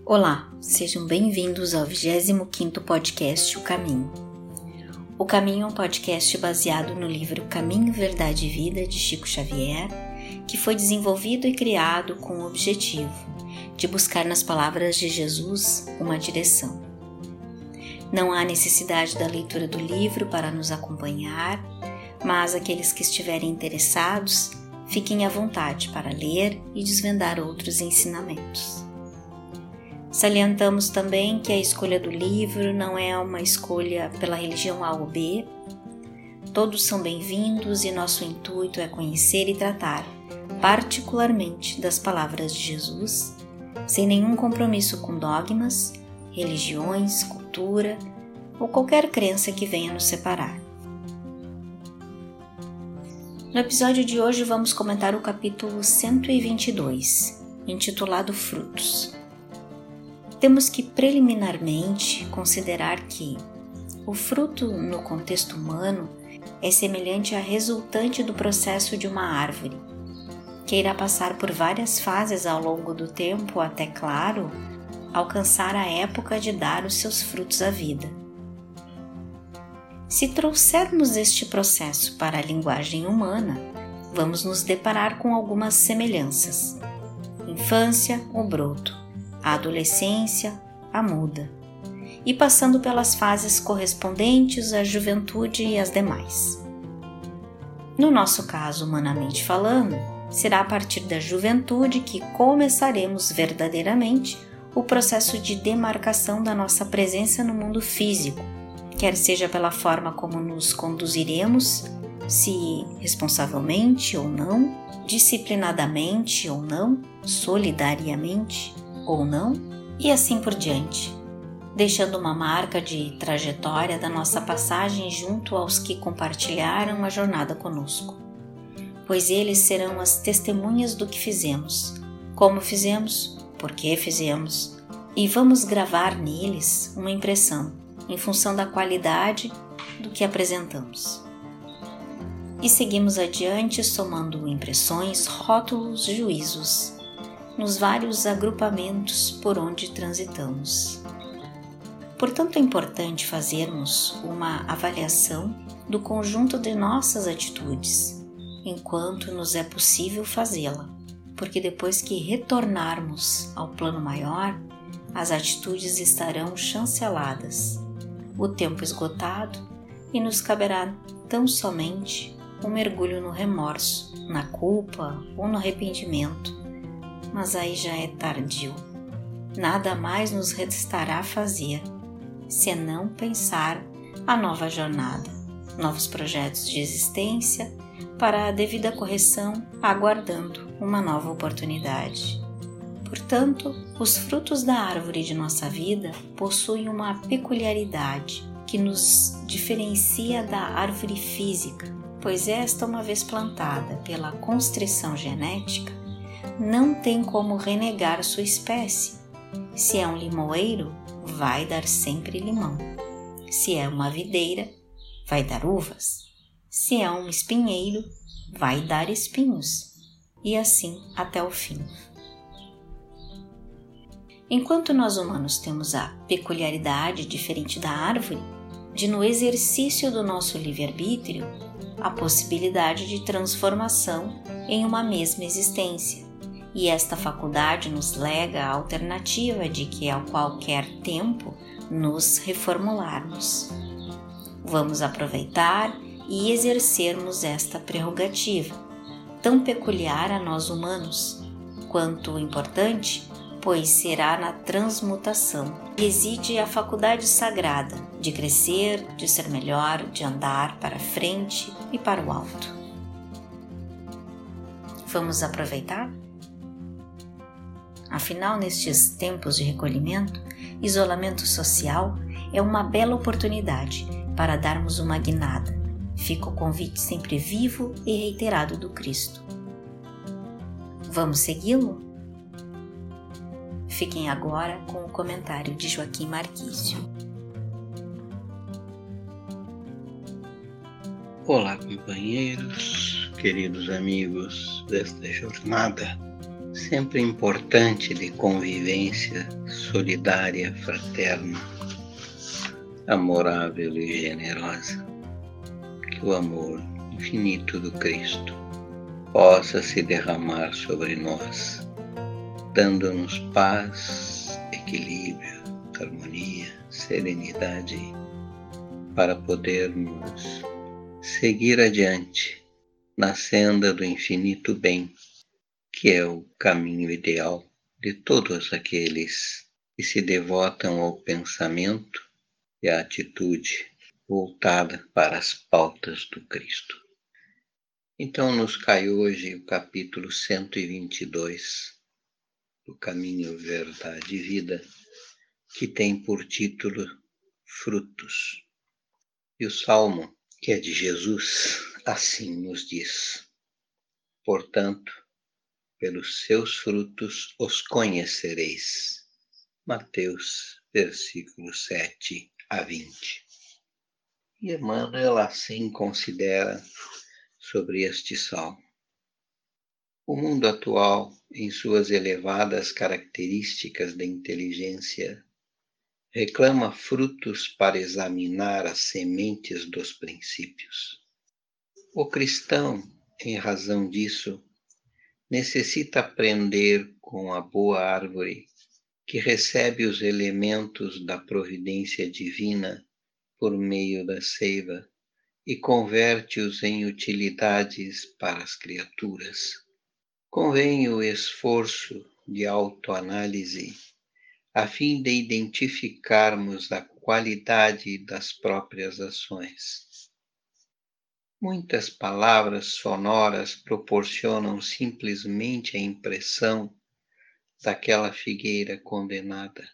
Olá, sejam bem-vindos ao 25º podcast O Caminho. O Caminho é um podcast baseado no livro Caminho, Verdade e Vida, de Chico Xavier, que foi desenvolvido e criado com o objetivo de buscar nas palavras de Jesus uma direção. Não há necessidade da leitura do livro para nos acompanhar, mas aqueles que estiverem interessados, fiquem à vontade para ler e desvendar outros ensinamentos. Salientamos também que a escolha do livro não é uma escolha pela religião A ou B. Todos são bem-vindos e nosso intuito é conhecer e tratar, particularmente, das palavras de Jesus, sem nenhum compromisso com dogmas, religiões, cultura ou qualquer crença que venha nos separar. No episódio de hoje vamos comentar o capítulo 122, intitulado Frutos. Temos que preliminarmente considerar que o fruto no contexto humano é semelhante à resultante do processo de uma árvore, que irá passar por várias fases ao longo do tempo até, claro, alcançar a época de dar os seus frutos à vida. Se trouxermos este processo para a linguagem humana, vamos nos deparar com algumas semelhanças. Infância, o broto. A adolescência, a muda, e passando pelas fases correspondentes à juventude e as demais. No nosso caso, humanamente falando, será a partir da juventude que começaremos verdadeiramente o processo de demarcação da nossa presença no mundo físico, quer seja pela forma como nos conduziremos, se responsavelmente ou não, disciplinadamente ou não, solidariamente ou não, e assim por diante, deixando uma marca de trajetória da nossa passagem junto aos que compartilharam a jornada conosco, pois eles serão as testemunhas do que fizemos, como fizemos, por que fizemos, e vamos gravar neles uma impressão em função da qualidade do que apresentamos. E seguimos adiante somando impressões, rótulos, juízos, nos vários agrupamentos por onde transitamos. Portanto, é importante fazermos uma avaliação do conjunto de nossas atitudes, enquanto nos é possível fazê-la, porque depois que retornarmos ao plano maior, as atitudes estarão chanceladas, o tempo esgotado, e nos caberá tão somente um mergulho no remorso, na culpa ou no arrependimento. Mas aí já é tardio. Nada mais nos restará fazer, senão pensar a nova jornada, novos projetos de existência para a devida correção, aguardando uma nova oportunidade. Portanto, os frutos da árvore de nossa vida possuem uma peculiaridade que nos diferencia da árvore física, pois esta, uma vez plantada pela constrição genética, não tem como renegar sua espécie. Se é um limoeiro, vai dar sempre limão. Se é uma videira, vai dar uvas. Se é um espinheiro, vai dar espinhos. E assim até o fim. Enquanto nós humanos temos a peculiaridade diferente da árvore, de no exercício do nosso livre-arbítrio, a possibilidade de transformação em uma mesma existência. E esta faculdade nos lega a alternativa de que a qualquer tempo nos reformularmos. Vamos aproveitar e exercermos esta prerrogativa, tão peculiar a nós humanos, quanto importante, pois será na transmutação que reside a faculdade sagrada de crescer, de ser melhor, de andar para frente e para o alto. Vamos aproveitar? Afinal, nestes tempos de recolhimento, isolamento social é uma bela oportunidade para darmos uma guinada. Fica o convite sempre vivo e reiterado do Cristo. Vamos segui-lo? Fiquem agora com o comentário de Joaquim Marquísio. Olá, companheiros, queridos amigos desta jornada sempre importante de convivência solidária, fraterna, amorável e generosa. Que o amor infinito do Cristo possa se derramar sobre nós, dando-nos paz, equilíbrio, harmonia, serenidade, para podermos seguir adiante na senda do infinito bem, que é o caminho ideal de todos aqueles que se devotam ao pensamento e à atitude voltada para as pautas do Cristo. Então nos cai hoje o capítulo 122 do Caminho, Verdade e Vida, que tem por título Frutos. E o Salmo, que é de Jesus, assim nos diz: portanto, pelos seus frutos os conhecereis. Mateus, versículos 7 a 20. E Emmanuel assim considera sobre este salmo: o mundo atual, em suas elevadas características de inteligência, reclama frutos para examinar as sementes dos princípios. O cristão, em razão disso, necessita aprender com a boa árvore, que recebe os elementos da providência divina por meio da seiva e converte-os em utilidades para as criaturas. Convém o esforço de autoanálise, a fim de identificarmos a qualidade das próprias ações. Muitas palavras sonoras proporcionam simplesmente a impressão daquela figueira condenada.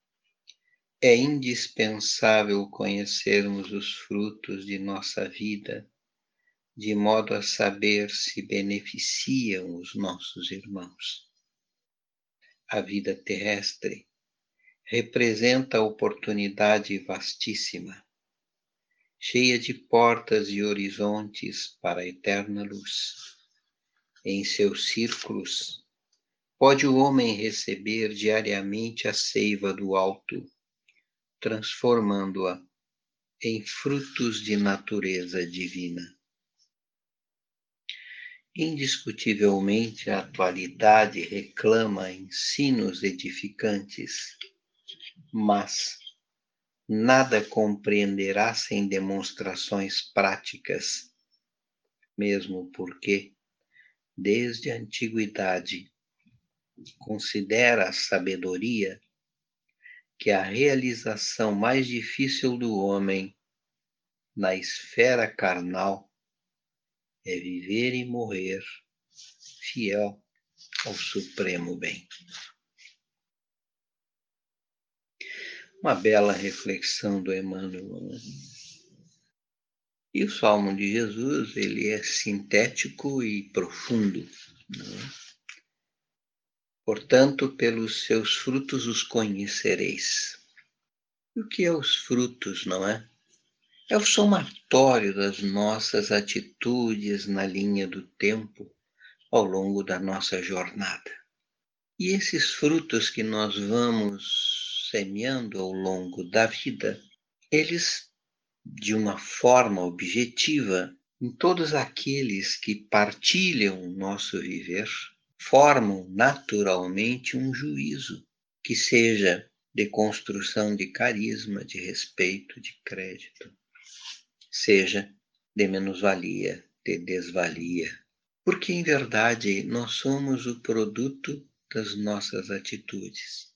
É indispensável conhecermos os frutos de nossa vida, de modo a saber se beneficiam os nossos irmãos. A vida terrestre representa a oportunidade vastíssima, cheia de portas e horizontes para a eterna luz. Em seus círculos, pode o homem receber diariamente a seiva do alto, transformando-a em frutos de natureza divina. Indiscutivelmente, a atualidade reclama ensinos edificantes, mas nada compreenderá sem demonstrações práticas, mesmo porque, desde a antiguidade, considera a sabedoria que a realização mais difícil do homem na esfera carnal é viver e morrer fiel ao supremo bem. Uma bela reflexão do Emmanuel, né? E o Salmo de Jesus, ele é sintético e profundo, né? Portanto, pelos seus frutos os conhecereis. E o que é os frutos, não é? É o somatório das nossas atitudes na linha do tempo ao longo da nossa jornada. E esses frutos que nós vamos semeando ao longo da vida, eles, de uma forma objetiva, em todos aqueles que partilham o nosso viver, formam naturalmente um juízo que seja de construção de carisma, de respeito, de crédito, seja de menos-valia, de desvalia. Porque, em verdade, nós somos o produto das nossas atitudes.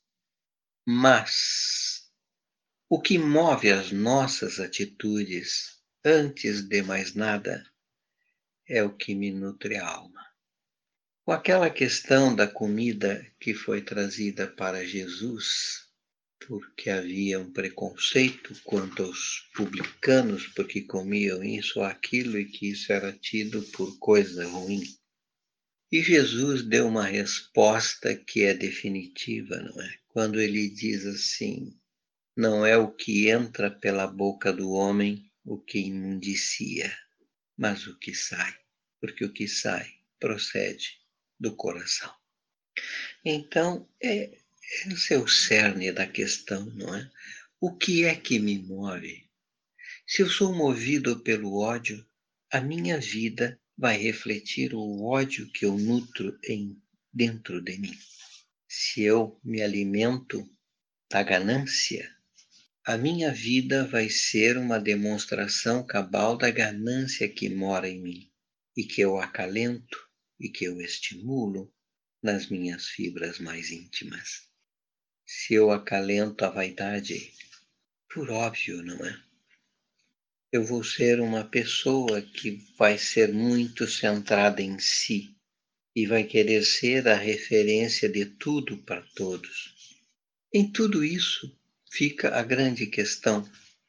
Mas o que move as nossas atitudes, antes de mais nada, é o que me nutre a alma. Com aquela questão da comida que foi trazida para Jesus, porque havia um preconceito quanto aos publicanos, porque comiam isso ou aquilo e que isso era tido por coisa ruim. E Jesus deu uma resposta que é definitiva, não é? Quando ele diz assim: não é o que entra pela boca do homem o que imundicia, mas o que sai, porque o que sai procede do coração. Então, esse é o cerne da questão, não é? O que é que me move? Se eu sou movido pelo ódio, a minha vida vai refletir o ódio que eu nutro dentro de mim. Se eu me alimento da ganância, a minha vida vai ser uma demonstração cabal da ganância que mora em mim e que eu acalento e que eu estimulo nas minhas fibras mais íntimas. Se eu acalento a vaidade, por óbvio, não é? Eu vou ser uma pessoa que vai ser muito centrada em si e vai querer ser a referência de tudo para todos. Em tudo isso fica a grande questão: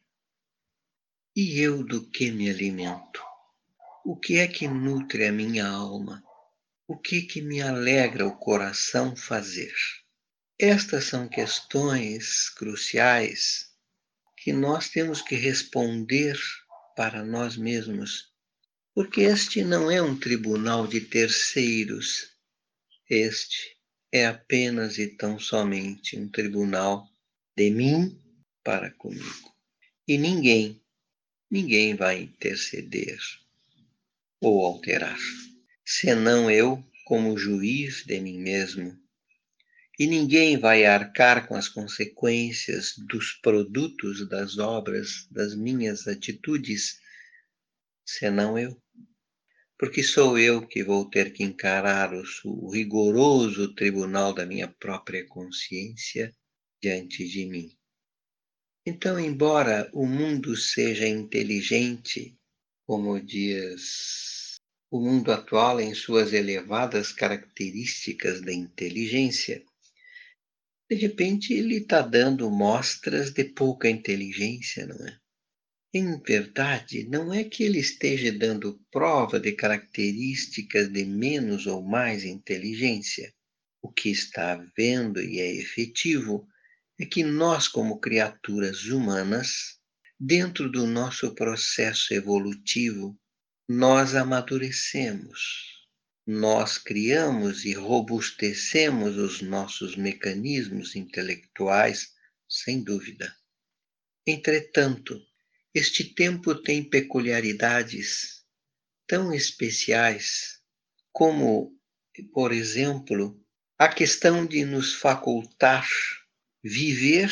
e eu do que me alimento? O que é que nutre a minha alma? O que me alegra o coração fazer? Estas são questões cruciais que nós temos que responder para nós mesmos, porque este não é um tribunal de terceiros, este é apenas e tão somente um tribunal de mim para comigo. E ninguém vai interceder ou alterar, senão eu como juiz de mim mesmo. E ninguém vai arcar com as consequências dos produtos das obras, das minhas atitudes, senão eu. Porque sou eu que vou ter que encarar o rigoroso tribunal da minha própria consciência diante de mim. Então, embora o mundo seja inteligente, como diz o mundo atual em suas elevadas características da inteligência, de repente ele está dando mostras de pouca inteligência, não é? Em verdade, não é que ele esteja dando prova de características de menos ou mais inteligência. O que está havendo e é efetivo é que nós, como criaturas humanas, dentro do nosso processo evolutivo, nós amadurecemos. Nós criamos e robustecemos os nossos mecanismos intelectuais, sem dúvida. Entretanto, este tempo tem peculiaridades tão especiais como, por exemplo, a questão de nos facultar viver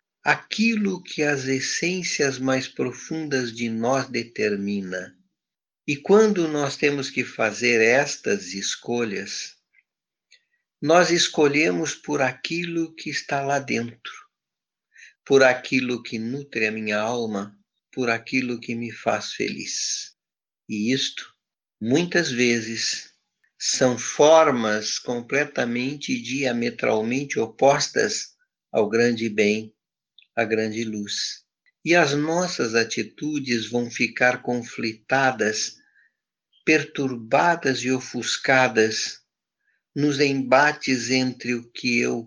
aquilo que as essências mais profundas de nós determina. E quando nós temos que fazer estas escolhas, nós escolhemos por aquilo que está lá dentro, por aquilo que nutre a minha alma, por aquilo que me faz feliz. E isto, muitas vezes, são formas completamente diametralmente opostas ao grande bem, à grande luz. E as nossas atitudes vão ficar conflitadas, perturbadas e ofuscadas nos embates entre o que eu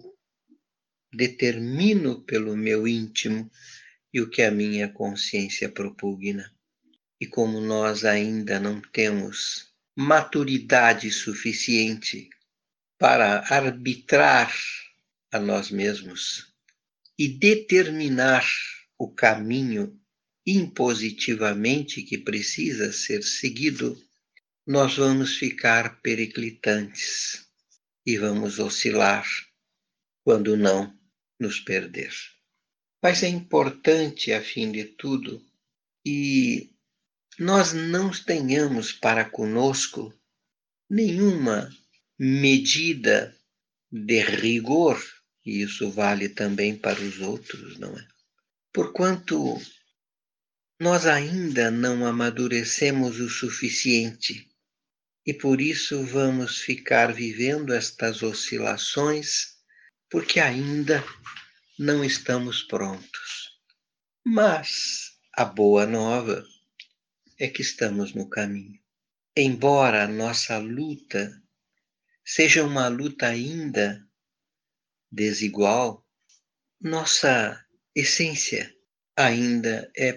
determino pelo meu íntimo e o que a minha consciência propugna. E como nós ainda não temos maturidade suficiente para arbitrar a nós mesmos e determinar o caminho impositivamente que precisa ser seguido, nós vamos ficar periclitantes e vamos oscilar, quando não nos perder. Mas é importante, a fim de tudo, que nós não tenhamos para conosco nenhuma medida de rigor, e isso vale também para os outros, não é? Porquanto nós ainda não amadurecemos o suficiente e por isso vamos ficar vivendo estas oscilações, porque ainda não estamos prontos. Mas a boa nova é que estamos no caminho. Embora a nossa luta seja uma luta ainda desigual, nossa essência ainda é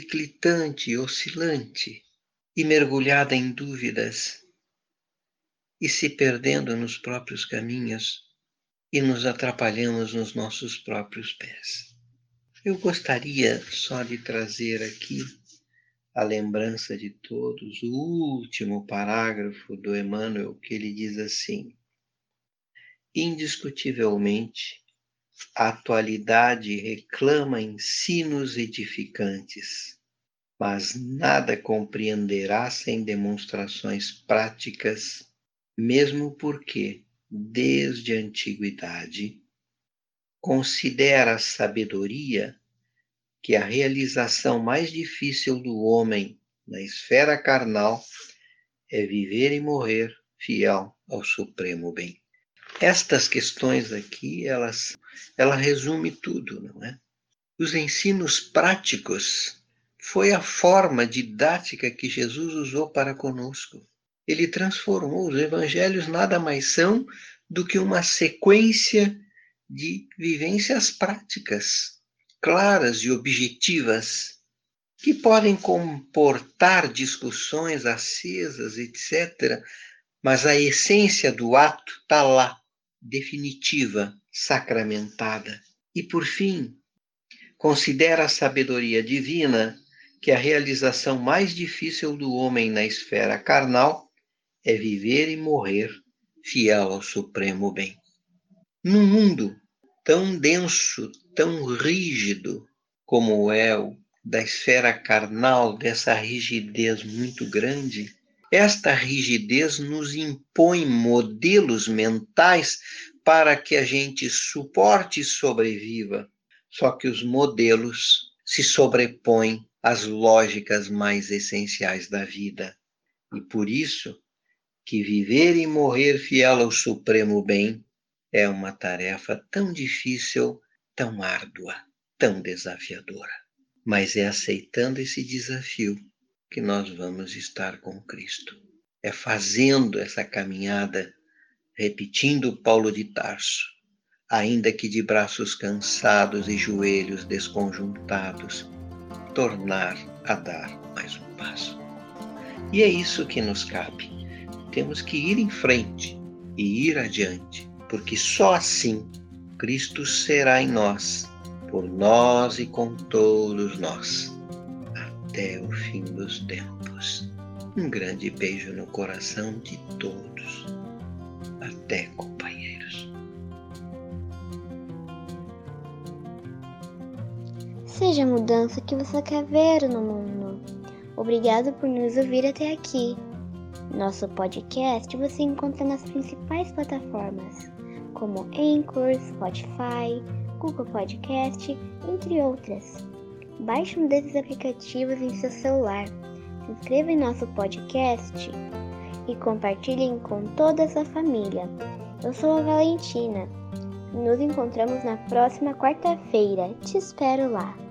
periclitante, oscilante e mergulhada em dúvidas. e se perdendo nos próprios caminhos e nos atrapalhamos nos nossos próprios pés. Eu gostaria só de trazer aqui a lembrança de todos, o último parágrafo do Emmanuel, que ele diz assim: indiscutivelmente, a atualidade reclama ensinos edificantes, mas nada compreenderá sem demonstrações práticas, mesmo porque, desde a antiguidade, considera a sabedoria que a realização mais difícil do homem na esfera carnal é viver e morrer fiel ao supremo bem. Estas questões aqui, ela resume tudo, não é? Os ensinos práticos foi a forma didática que Jesus usou para conosco. Ele transformou os evangelhos, nada mais são do que uma sequência de vivências práticas, claras e objetivas, que podem comportar discussões acesas, etc., mas a essência do ato está lá, definitiva, sacramentada. E, por fim, considera a sabedoria divina que a realização mais difícil do homem na esfera carnal é viver e morrer fiel ao supremo bem. Num mundo tão denso, tão rígido como é o da esfera carnal, dessa rigidez muito grande, esta rigidez nos impõe modelos mentais para que a gente suporte e sobreviva. Só que os modelos se sobrepõem às lógicas mais essenciais da vida. E por isso que viver e morrer fiel ao supremo bem é uma tarefa tão difícil, tão árdua, tão desafiadora. Mas é aceitando esse desafio que nós vamos estar com Cristo. É fazendo essa caminhada, repetindo Paulo de Tarso, ainda que de braços cansados e joelhos desconjuntados, tornar a dar mais um passo. E é isso que nos cabe. Temos que ir em frente e ir adiante, porque só assim Cristo será em nós, por nós e com todos nós, até o fim dos tempos. Um grande beijo no coração de todos. Até, companheiros. Seja a mudança que você quer ver no mundo. Obrigado por nos ouvir até aqui. Nosso podcast você encontra nas principais plataformas, como Anchor, Spotify, Google Podcast, entre outras. Baixe um desses aplicativos em seu celular, se inscreva em nosso podcast e compartilhem com toda a sua família. Eu sou a Valentina. Nos encontramos na próxima quarta-feira. Te espero lá.